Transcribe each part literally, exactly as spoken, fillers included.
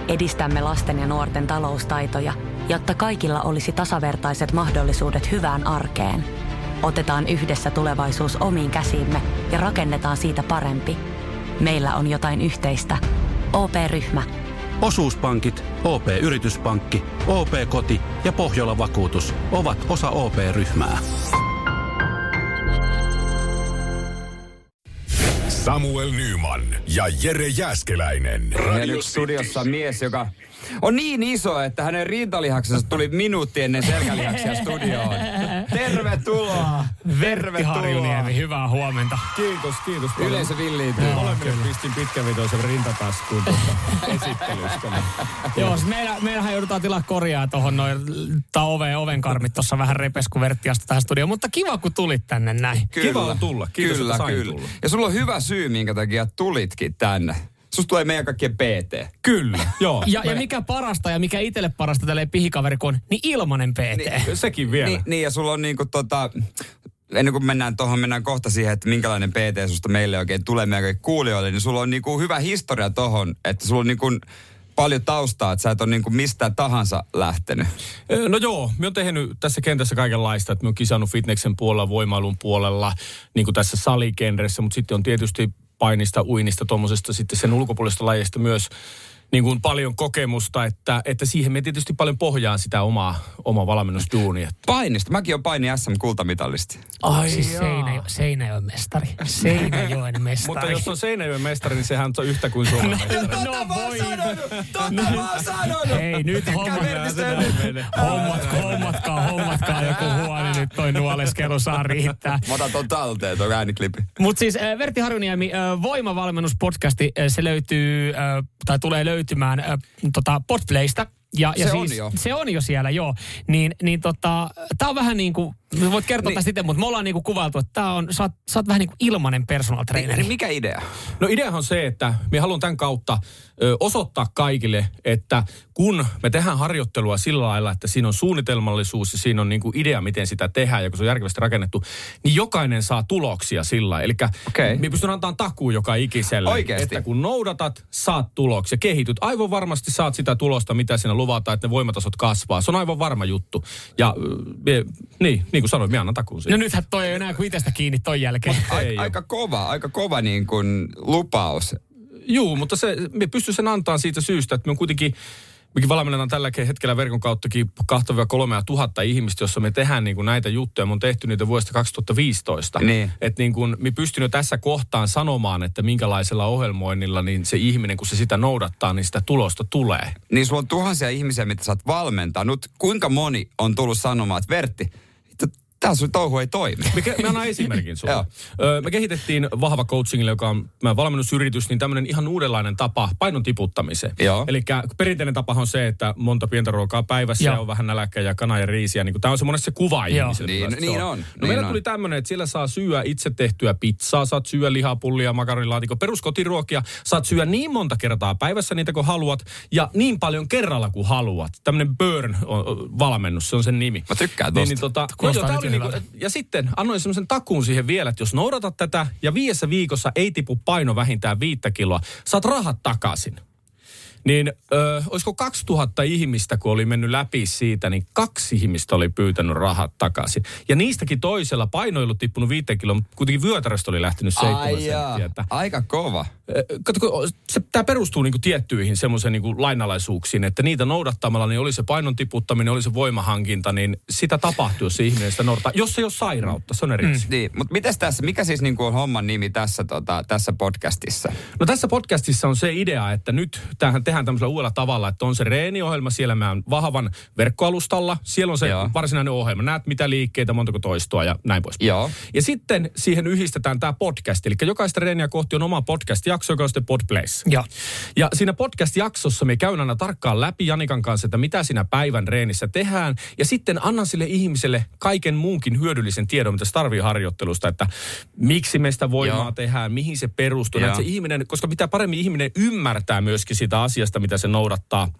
edistämme lasten ja nuorten taloustaitoja, jotta kaikilla olisi tasavertaiset mahdollisuudet hyvään arkeen. Otetaan yhdessä tulevaisuus omiin käsiimme ja rakennetaan siitä parempi. Meillä on jotain yhteistä. O P-ryhmä. Osuuspankit, O P-yrityspankki, O P-koti ja Pohjola-vakuutus ovat osa O P-ryhmää. Samuel Nyman ja Jere Jääskeläinen. Radio studiossa mies, joka on niin iso, että hänen rintalihaksensa tuli minuutti ennen selkälihaksia studioon. Tervetuloa! Vertti Harjuniemi, hyvää huomenta. Kiitos, kiitos. Yleisö villiintyy. Molemmille pistin pitkävitoisen rintataskuun tuosta esittelystä. Joo, meillä, meillähän joudutaan tilaa korjaa tuohon noin, tai oven, ovenkarmit tuossa vähän repes, kun Vertti astui tähän studioon. Mutta kiva, kun tulit tänne näin. Kyllä, kiva on tulla. Kiitos, kyllä, kyllä. Tulla. Ja sulla on hyvä syy, minkä takia tulitkin tänne. Susta tulee meidän kaikkien P T. Kyllä, joo. Ja, ja mikä parasta ja mikä itselle parasta tälleen pihikaveri, kun on, niin ilmanen P T. Niin, sekin vielä. Niin, niin ja sulla on niinku tota, ennen kuin mennään tuohon, mennään kohta siihen, että minkälainen P T susta meille oikein tulee meidän kuulijoille, niin sulla on niinku hyvä historia tohon, että sulla on niinku paljon taustaa, että sä et ole niinku mistään tahansa lähtenyt. No joo, mä oon tehnyt tässä kentässä kaikenlaista, että mä oon kisannut fitneksen puolella, voimailun puolella, niin kuin tässä saligenressä, mutta sitten on tietysti painista, uinnista, tuommoisesta sitten sen ulkopuolisesta lajista myös niin kuin paljon kokemusta, että, että siihen me tietysti paljon pohjaan sitä omaa, omaa valmennusduunia. Painista. Mäkin olen paini S M-kultamitalisti. Ai siis Seinäjo, Seinäjoen mestari. Seinäjoen mestari. Mutta jos on Seinäjoen mestari, niin sehän on yhtä kuin Suomen mestari. No, tota mä oon sanonut! Tota mä oon sanonut! Hei, nyt hommatkaa, hommatkaa, hommatkaa joku huoni. Nyt toi nuoleskelu saa riittää. Mä otan ton talteen, toi ääniklipi. Mutta siis äh, Vertti Harjuniemi, äh, Voimavalmennuspodcasti, äh, se löytyy, äh, tai tulee löytymään äh, tota, Podplaysta. Ja, ja se siis, on jo. Se on jo siellä, joo. Niin, niin tota, tää on vähän niin kuin, voit kertoa niin. tästä itse, mutta me ollaan niin kuin kuvailtu, että tää on, sä oot, sä oot vähän niin kuin ilmainen personal traineri. Niin, mikä idea? No ideahan on se, että me haluan tämän kautta ö, osoittaa kaikille, että kun me tehdään harjoittelua sillä lailla, että siinä on suunnitelmallisuus ja siinä on niin kuin idea, miten sitä tehdään ja kun se on järkevästi rakennettu, niin jokainen saa tuloksia sillä lailla. Eli okay. me pystyn antamaan takuun joka ikiselle. Oikeasti? Että kun noudatat, saat tuloksia, kehityt. Aivan varmasti saat sitä tulosta, mitä siinä luvataan, että ne voimatasot kasvaa. Se on aivan varma juttu. Ja me, niin, niin kuin sanoin, minä annan takuun siihen. No nythän toi ei enää kuin itsestä kiinni ton jälkeen. Aika, aika kova, aika kova niin kuin lupaus. Juu, mutta se, me pystyn sen antamaan siitä syystä, että me on kuitenkin, mekin valmennetaan tällä hetkellä verkon kauttakin kaksi kolme tuhatta ihmistä, jossa me tehdään niin kuin näitä juttuja. Me on tehty niitä vuodesta kaksituhattaviisitoista. Niin. Että niin kuin me pystyn jo tässä kohtaan sanomaan, että minkälaisella ohjelmoinnilla niin se ihminen, kun se sitä noudattaa, niin sitä tulosta tulee. Niin sulla on tuhansia ihmisiä, mitä sä oot valmentanut. Kuinka moni on tullut sanomaan, että Vertti, tää sun touhu ei toimi. Me, ke- me annan esimerkin sulle. Öö, me kehitettiin Vahva Coachingille, joka on valmennusyritys, niin tämmöinen ihan uudenlainen tapa painon tiputtamiseen. Eli perinteinen tapa on se, että monta pientä ruokaa päivässä ja on vähän näläkkä ja kana ja riisiä. Niin tämä on se monesti se kuva ihmiselle. Niin, niin on. No niin meillä on. tuli tämmöinen, että siellä saa syödä itse tehtyä pizzaa, saat syödä lihapullia, makaronilaatikko, peruskotiruokia. Saat syödä niin monta kertaa päivässä niitä kuin haluat ja niin paljon kerralla kuin haluat. Tämmöinen Burn-valmennus, se on sen nimi. Mä tykkään tosta. Niin, niin, tota, no, joo, Niin kuin, ja sitten annoin semmoisen takuun siihen vielä, että jos noudatat tätä ja viidessä viikossa ei tipu paino vähintään viittä kiloa, saat rahat takaisin. Niin ö, olisiko kaksituhatta ihmistä, kun oli mennyt läpi siitä, niin kaksi ihmistä oli pyytänyt rahat takaisin. Ja niistäkin toisella paino ei ollut tippunut viittä kiloa, mutta kuitenkin vyötäröstä oli lähtenyt seitsemän senttiä. Että, aika kova. Katsoko, tämä perustuu niinku tiettyihin semmoisen niinku lainalaisuuksiin, että niitä noudattamalla, niin oli se painon tiputtaminen, oli se voimahankinta, niin sitä tapahtuu, jos se ihminen sitä noudattaa. Jos ei ole sairautta, se on eri. Mm. Niin, mutta mitäs tässä, mikä siis niinku on homman nimi tässä, tota, tässä podcastissa? No tässä podcastissa on se idea, että nyt tämähän tehdään tämmöisellä uudella tavalla, että on se reeniohjelma, siellä mä oon vahvan verkkoalustalla, siellä on se Joo. varsinainen ohjelma, näet mitä liikkeitä, montako toistoa ja näin pois. Joo. Ja sitten siihen yhdistetään tämä podcast, eli jokaista reeniä kohti on oma podcast-jakso, joka on sitten Podplace. Ja. ja siinä podcast-jaksossa me käyn aina tarkkaan läpi Janikan kanssa, että mitä siinä päivän reenissä tehdään, ja sitten annan sille ihmiselle kaiken muunkin hyödyllisen tiedon, mitä se tarvii harjoittelusta, että miksi me sitä voimaa Joo. tehdään, mihin se perustuu, että se ihminen, koska mitä paremmin ihminen ymmärtää myöskin sitä asiasta, mitä se noudattaa,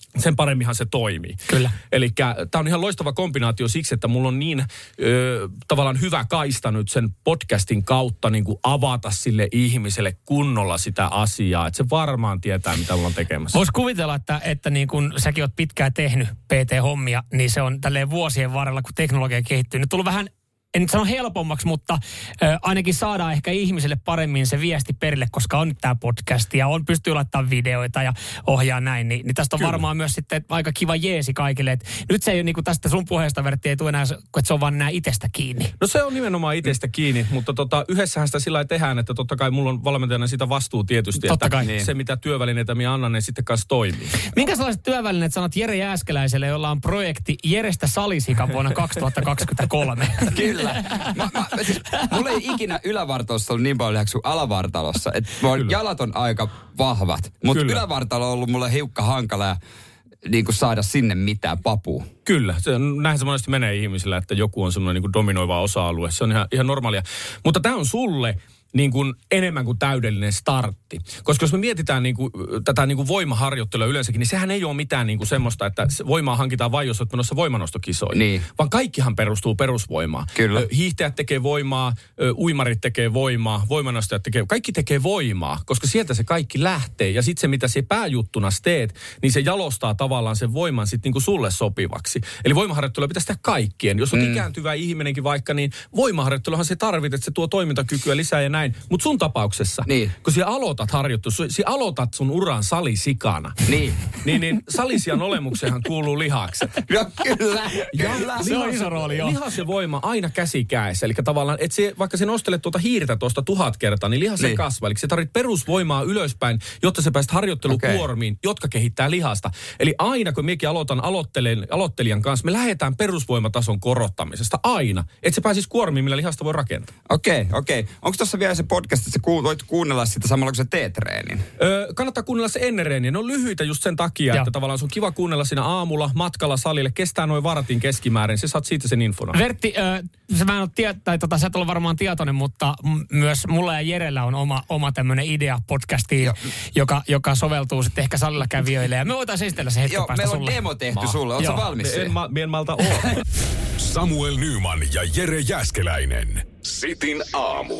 sen paremminhan se toimii. Kyllä. Eli tämä on ihan loistava kombinaatio siksi, että mulla on niin ö, tavallaan hyvä kaista nyt sen podcastin kautta niin kuin avata sille ihmiselle kunnolla sitä asiaa. Että se varmaan tietää, mitä mulla on tekemässä. Voisi kuvitella, että, että niin kun säkin oot pitkään tehnyt P T-hommia, niin se on tälleen vuosien varrella, kun teknologia kehittyy. Nyt tullut vähän, en nyt sano helpommaksi, mutta ö, ainakin saadaan ehkä ihmiselle paremmin se viesti perille, koska on nyt tämä podcast ja on pystyy laittamaan videoita ja ohjaa näin. Niin, niin tästä on Kyllä. varmaan myös sitten aika kiva jeesi kaikille. Et nyt se ei ole niin kuin tästä sun puheesta Vertti, ei tule enää, että se on vaan enää itsestä kiinni. No se on nimenomaan itsestä kiinni, mutta tota, yhdessähän sitä sillä tehdään, että totta kai mulla on valmentajana sitä vastuu tietysti, totta että kai. se mitä työvälineitä minä annan, ne sitten kanssa toimii. Minkä sellaiset työvälineet sanot Jere Jääskeläiselle, jolla on projekti Jerestä Salisika vuonna kaksituhattakaksikymmentäkolme? Kyllä. Mä, mä, siis, mulla ei ikinä ylävartalossa ollut niin paljon lihaksi kuin alavartalossa. Et jalat on aika vahvat, mutta ylävartalo on ollut mulle hiukka hankala ja niin kuin saada sinne mitään papua. Kyllä, se on, näin se monesti menee ihmisillä, että joku on semmoinen niin kuin dominoiva osa-alue. Se on ihan, ihan normaalia. Mutta tämä on sulle niin kuin enemmän kuin täydellinen startti. Koska jos me mietitään niin kuin, tätä niin kuin voimaharjoittelua yleensäkin, niin sehän ei ole mitään niin kuin semmoista, että voimaa hankitaan vain, jos olet menossa voimanostokisoihin. Niin. Vaan kaikkihan perustuu perusvoimaan. Kyllä. Hiihtäjät tekee voimaa, uimarit tekee voimaa, voimanostajat tekee, kaikki tekee voimaa, koska sieltä se kaikki lähtee. Ja sitten se, mitä se pääjuttuna teet, niin se jalostaa tavallaan sen voiman sitten niin kuin sulle sopivaksi. Eli voimaharjoittelua pitäisi tehdä kaikkien. Jos on mm. ikääntyvä ihminenkin vaikka, niin voimaharjoitteluhan se tarvitsee, että se tuo toimintakykyä lisää ja näin. Mutta sun tapauksessa, niin. kun sä aloitat harjoittua, sä aloitat sun uran salisikana. Niin. Niin, niin salisian olemukseenhan kuuluu lihakset. Ja kyllä, ja kyllä. Se on iso rooli, joo. Lihas ja voima aina käsi kädessä. Eli tavallaan, että se, vaikka sä nostelet tuota hiirtä tuosta tuhat kertaa, niin lihas niin. kasvaa. Eli sä tarvitset perusvoimaa ylöspäin, jotta sä pääset harjoittelukuormiin, okay. jotka kehittää lihasta. Eli aina, kun minäkin aloitan aloittelijan kanssa, me lähdetään perusvoimatason korottamisesta. Aina. Että se pääsisi kuormiin, millä lihasta voi rakentaa. Okei, okay, okei. Okay. Onko tuossa vielä se podcast, että sä ku, voit kuunnella sitä samalla, kun sä teet treenin? Öö, kannattaa kuunnella se ennen reeniä. Ne on lyhyitä just sen takia, ja. että tavallaan se on kiva kuunnella siinä aamulla, matkalla salille. Kestää noin vartin keskimäärin. Se saat siitä sen infona. Vertti, äh, sä, mä en ole tie- tai tota, sä et ole varmaan tietoinen, mutta m- myös mulla ja Jerellä on oma, oma tämmöinen idea podcastiin, joka, joka soveltuu sitten ehkä salilla kävijöille. Ja me voitaisiin esitellä se hetki Joo, päästä meillä sulle. on demo tehty Ma. sulle. Ootko valmis? En, ma, en malta ole. Samuel Nyman ja Jere Jääskeläinen. Sitin aamu.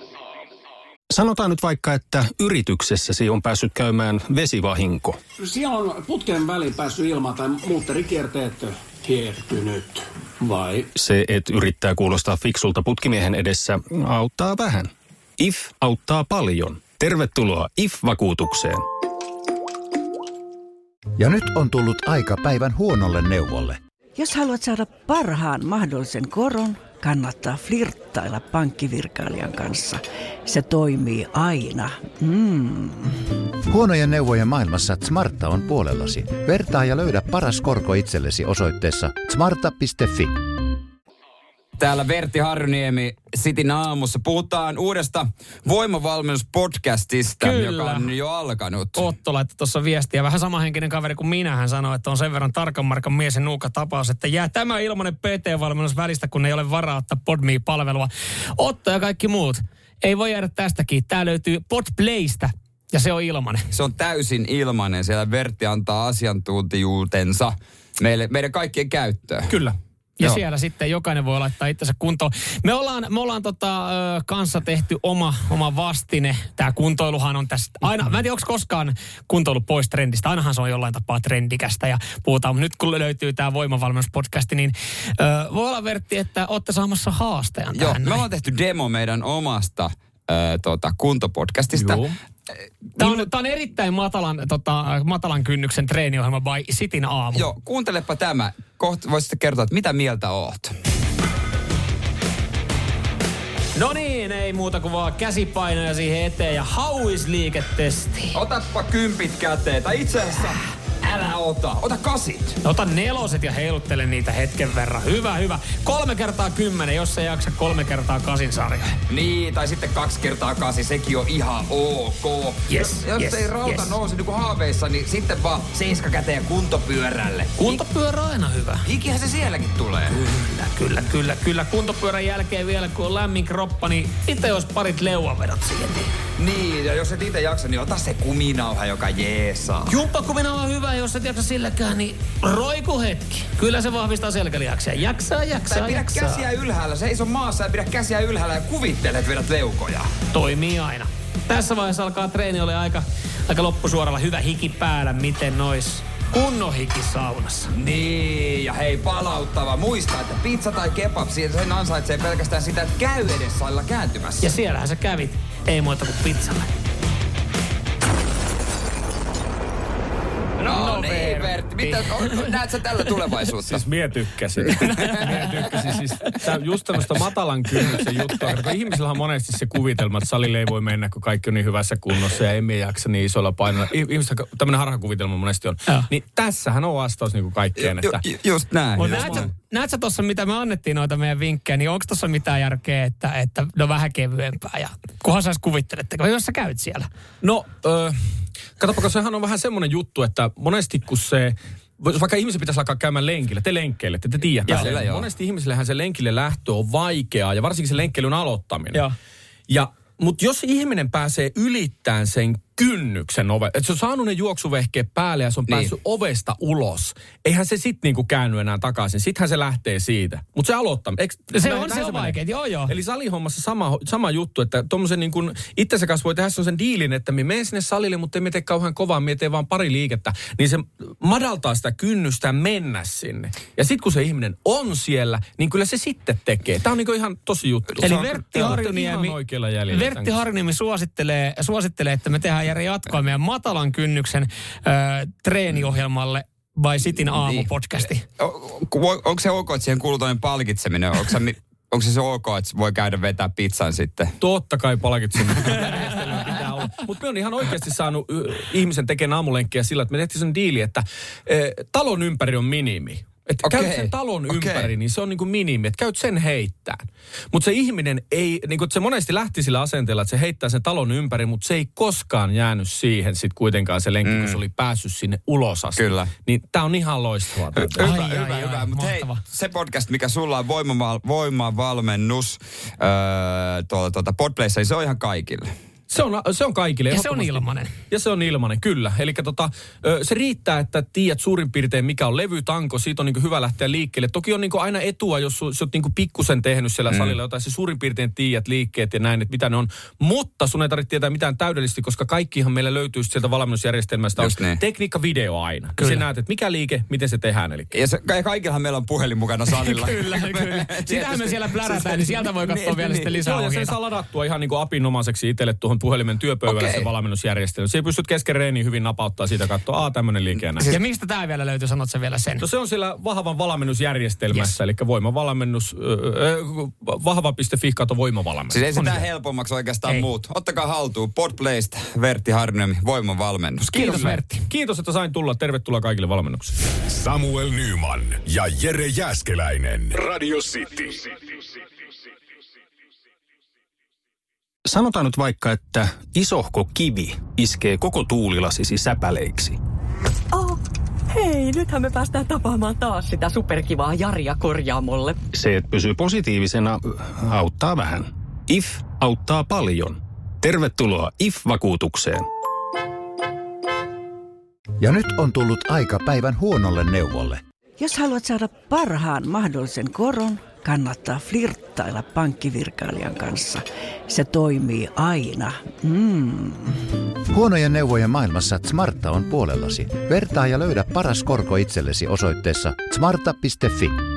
Sanotaan nyt vaikka, että yrityksessäsi on päässyt käymään vesivahinko. Siellä on putken väliin päässyt ilmaan tai muutterikierteet hiertynyt, vai? Se, että yrittää kuulostaa fiksulta putkimiehen edessä, auttaa vähän. I F auttaa paljon. Tervetuloa I F-vakuutukseen. Ja nyt on tullut aika päivän huonolle neuvolle. Jos haluat saada parhaan mahdollisen koron, kannattaa flirttailla pankkivirkailijan kanssa. Se toimii aina. Mm. Huonojen neuvojen maailmassa Smarta on puolellasi. Vertaa ja löydä paras korko itsellesi osoitteessa smarta piste fi. Täällä Vertti Harjuniemi Sitin aamussa. Puhutaan uudesta voimavalmennuspodcastista, Kyllä. joka on jo alkanut. Otto laittoi tuossa viestiä. Vähän samanhenkinen kaveri kuin minä. Hän sanoi, että on sen verran tarkan markan mies ja nuuka tapaus, että jää tämä ilmainen P T-valmennus välistä, kun ei ole varaa ottaa Podme-palvelua. Otto ja kaikki muut. Ei voi jäädä tästäkin. Tää löytyy Podplaystä. Ja se on ilmainen. Se on täysin ilmainen. Siellä Vertti antaa asiantuntijuutensa meille, meidän kaikkien käyttöön. Kyllä. Ja Joo. siellä sitten jokainen voi laittaa itsensä kuntoon. Me ollaan, me ollaan tota, ö, kanssa tehty oma, oma vastine. Tämä kuntoiluhan on tästä aina, mä en tiedä, onko koskaan kuntoilu pois trendistä. Ainahan se on jollain tapaa trendikästä ja puhutaan. Mutta nyt kun löytyy tämä voimavalmennuspodcasti, niin ö, voi olla Vertti, että olette saamassa haastajan Joo, tähän. me ollaan tehty demo meidän omasta ö, tota, kuntopodcastista. Joo. Tämä on, tämä on erittäin matalan, tota, matalan kynnyksen treeniohjelma by Sitin aamu. Joo, kuuntelepa tämä. Kohta voisitte kertoa, että mitä mieltä oot. No niin, ei muuta kuin vaan käsipainoja siihen eteen ja hauisliiketesti. Otappa kympit käteen, tai itse asiassa älä ota, ota kasit. Ota neloset ja heiluttele niitä hetken verran. Hyvä, hyvä. Kolme kertaa kymmenen, jos ei jaksa kolme kertaa kasin sarja. Niin, tai sitten kaksi kertaa kasi, sekin on ihan ok. Yes, jos yes, ei rauta yes. nouse niin kuin haaveissa, niin sitten vaan seiska käteen kuntopyörälle. Kuntopyörä on aina hyvä. Hikihän se sielläkin tulee. Kyllä, kyllä, kyllä, kyllä. Kuntopyörän jälkeen vielä, kun on lämmin kroppa, niin itse olisi parit leuavedot siihen. Niin, ja jos et itse jaksa, niin ota se kuminauha, joka jeesaa. Jumppakumina on hyvä, jos et jaksa silläkään, niin roiku hetki. Kyllä se vahvistaa selkälihaksia. Jaksaa, jaksaa, Tai pidä jaksaa. käsiä ylhäällä. Seiso maassa ja pidä käsiä ylhäällä ja kuvittele, että vedät leukoja. Toimii aina. Tässä vaiheessa alkaa treeni oli aika, aika loppusuoralla. Hyvä hiki päällä. Miten nois kunnon hiki saunassa? Niin, ja hei, palauttava. Muista, että pizza tai kebab, sen ansaitsee pelkästään sitä, että käy edes salilla kääntymässä. Ja siellähän sä kävit. Ei muuta kuin pizzalla. No, no niin, Vertti. Mitä, näet sä tällä tulevaisuutta? Siis mie tykkäsin. mie tykkäsin. Siis just tämmöistä matalan kynnyksen juttua. Kun ihmisillä on monesti se kuvitelma, että salille ei voi mennä, kun kaikki on niin hyvässä kunnossa ja emme jaksa niin isolla painolla. Ihmisillä tämmöinen harhakuvitelma monesti on. Ja. Niin tässähän on vastaus niin kuin kaikkeen. Että... Ju, just näin. Mut näet, sä, näet sä tossa, mitä me annettiin noita meidän vinkkejä, niin onko tossa mitään järkeä, että, että no vähän kevyempää ja kunhan sä edes kuvitteletteko, jos sä käyt siellä? No, öö, katsoppa, sehän on vähän semmoinen juttu, että monesti kun se, vaikka ihmisen pitäisi alkaa käymään lenkillä, te lenkkeilette, te tiedätte sen. Joo. Monesti ihmisillähän se lenkille lähtö on vaikeaa ja varsinkin se lenkkeilyn aloittaminen. Joo. Ja, mutta jos ihminen pääsee ylittämään sen kynnyksen ove, että se on saanut ne juoksuvehkeet päälle ja se on niin. päässyt ovesta ulos, eihän se sitten niinku käänny enää takaisin. Sittenhän se lähtee siitä. Mutta se aloittaa. Eikö, se näin, on, se on vaikea, joo joo. Eli salihommassa sama, sama juttu, että tuommoisen niin kuin itsensä kanssa voi tehdä sen diilin, että me menen sinne salille, mutta emme tee kauhean kovaa, me teen vaan pari liikettä. Niin se madaltaa sitä kynnystä mennä sinne. Ja sitten kun se ihminen on siellä, niin kyllä se sitten tekee. Tämä on niin kuin ihan tosi juttu. Eli Vertti Harjuniemi, Vertti Harjuniemi suosittelee, suosittelee, että me tehdään Jere jatkoa meidän matalan kynnyksen ö, treeniohjelmalle vai Sitin aamupodcasti. Niin. On, onko se ok, että siihen kuuluu toinen palkitseminen? Onko se, onko se, se ok, että voi käydä vetää pizzan sitten? Totta kai palkitseminen. Mutta me on ihan oikeasti saanut y, ihmisen tekemään aamulenkkiä sillä, että me tehtiin sen diili, että e, talon ympäri on minimi. Että okay. käyt sen talon okay. ympäri, niin se on niin kuin minimi, että käyt sen heittään. Mutta se ihminen ei, niin kuin se monesti lähti sillä asenteella, että se heittää sen talon ympäri, mutta se ei koskaan jäänyt siihen sitten kuitenkaan se lenkki, mm. kun se oli päässyt sinne ulos asti. Kyllä. Niin tää on ihan loistavaa. Hyvä, ai, hyvä, ai, hyvä. Ai, mutta hei, se podcast, mikä sulla on voimavalmennus öö, tuolla tuota Podplayssa, niin se on ihan kaikille. Se on, se on kaikille. Ja se on ilmanen. Ja se on ilmanen, kyllä. Eli tota, se riittää, että tiedät suurin piirtein, mikä on levytanko. Siitä on niin hyvä lähteä liikkeelle. Toki on niin aina etua, jos sä oot niin pikkusen tehnyt siellä mm. salilla jotain. Se suurin piirtein tiedät liikkeet ja näin, että mitä ne on. Mutta sun ei tarvitse tietää mitään täydellisesti, koska kaikkihan meillä löytyy sieltä valmennusjärjestelmästä. Just on niin. Tekniikka-video aina. Kyllä. Ja sä näet, että mikä liike, miten se tehdään. Eli. Ja, se, ja kaikillahan meillä on puhelin mukana salilla. kyllä, kyllä. Sitähän me siellä plärätään, niin sieltä voi katsoa vielä sitten lisää ohjeita. Joo, ja sen saa ladattua ihan niin kuin apinomaiseksi itselle tuohon puhelimen työpöydälle okay. se valmennusjärjestelmä. Se pystyt kesken reeniin hyvin napauttaa siitä katsoa, aa tämmönen liike ja näin. Ja mistä tää vielä löytyy, sanot sä vielä sen? No se on siellä vahvan valmennusjärjestelmässä, yes. eli voimavalmennus, äh, vahva piste fi kato voimavalmennus. Siis ei se tää helpommaksi oikeastaan ei. Muut. Ottakaa haltuun Podplaysta Vertti Harjuniemi, voimavalmennus. Kiitos, Kiitos Vertti. Kiitos, että sain tulla. Tervetuloa kaikille valmennuksille. Samuel Nyman ja Jere Jääskeläinen. Radio City. Sanotaan nyt vaikka, että isohko kivi iskee koko tuulilasisi säpäleiksi. Oh, hei, nythän me päästään tapaamaan taas sitä superkivaa Jaria korjaamolle. Se, että pysyy positiivisena, auttaa vähän. I F auttaa paljon. Tervetuloa I F-vakuutukseen. Ja nyt on tullut aika päivän huonolle neuvolle. Jos haluat saada parhaan mahdollisen koron, kannattaa flirttailla pankkivirkailijan kanssa. Se toimii aina. Mm. Huonojen neuvojen maailmassa Smarta on puolellasi. Vertaa ja löydä paras korko itsellesi osoitteessa smarta piste fi.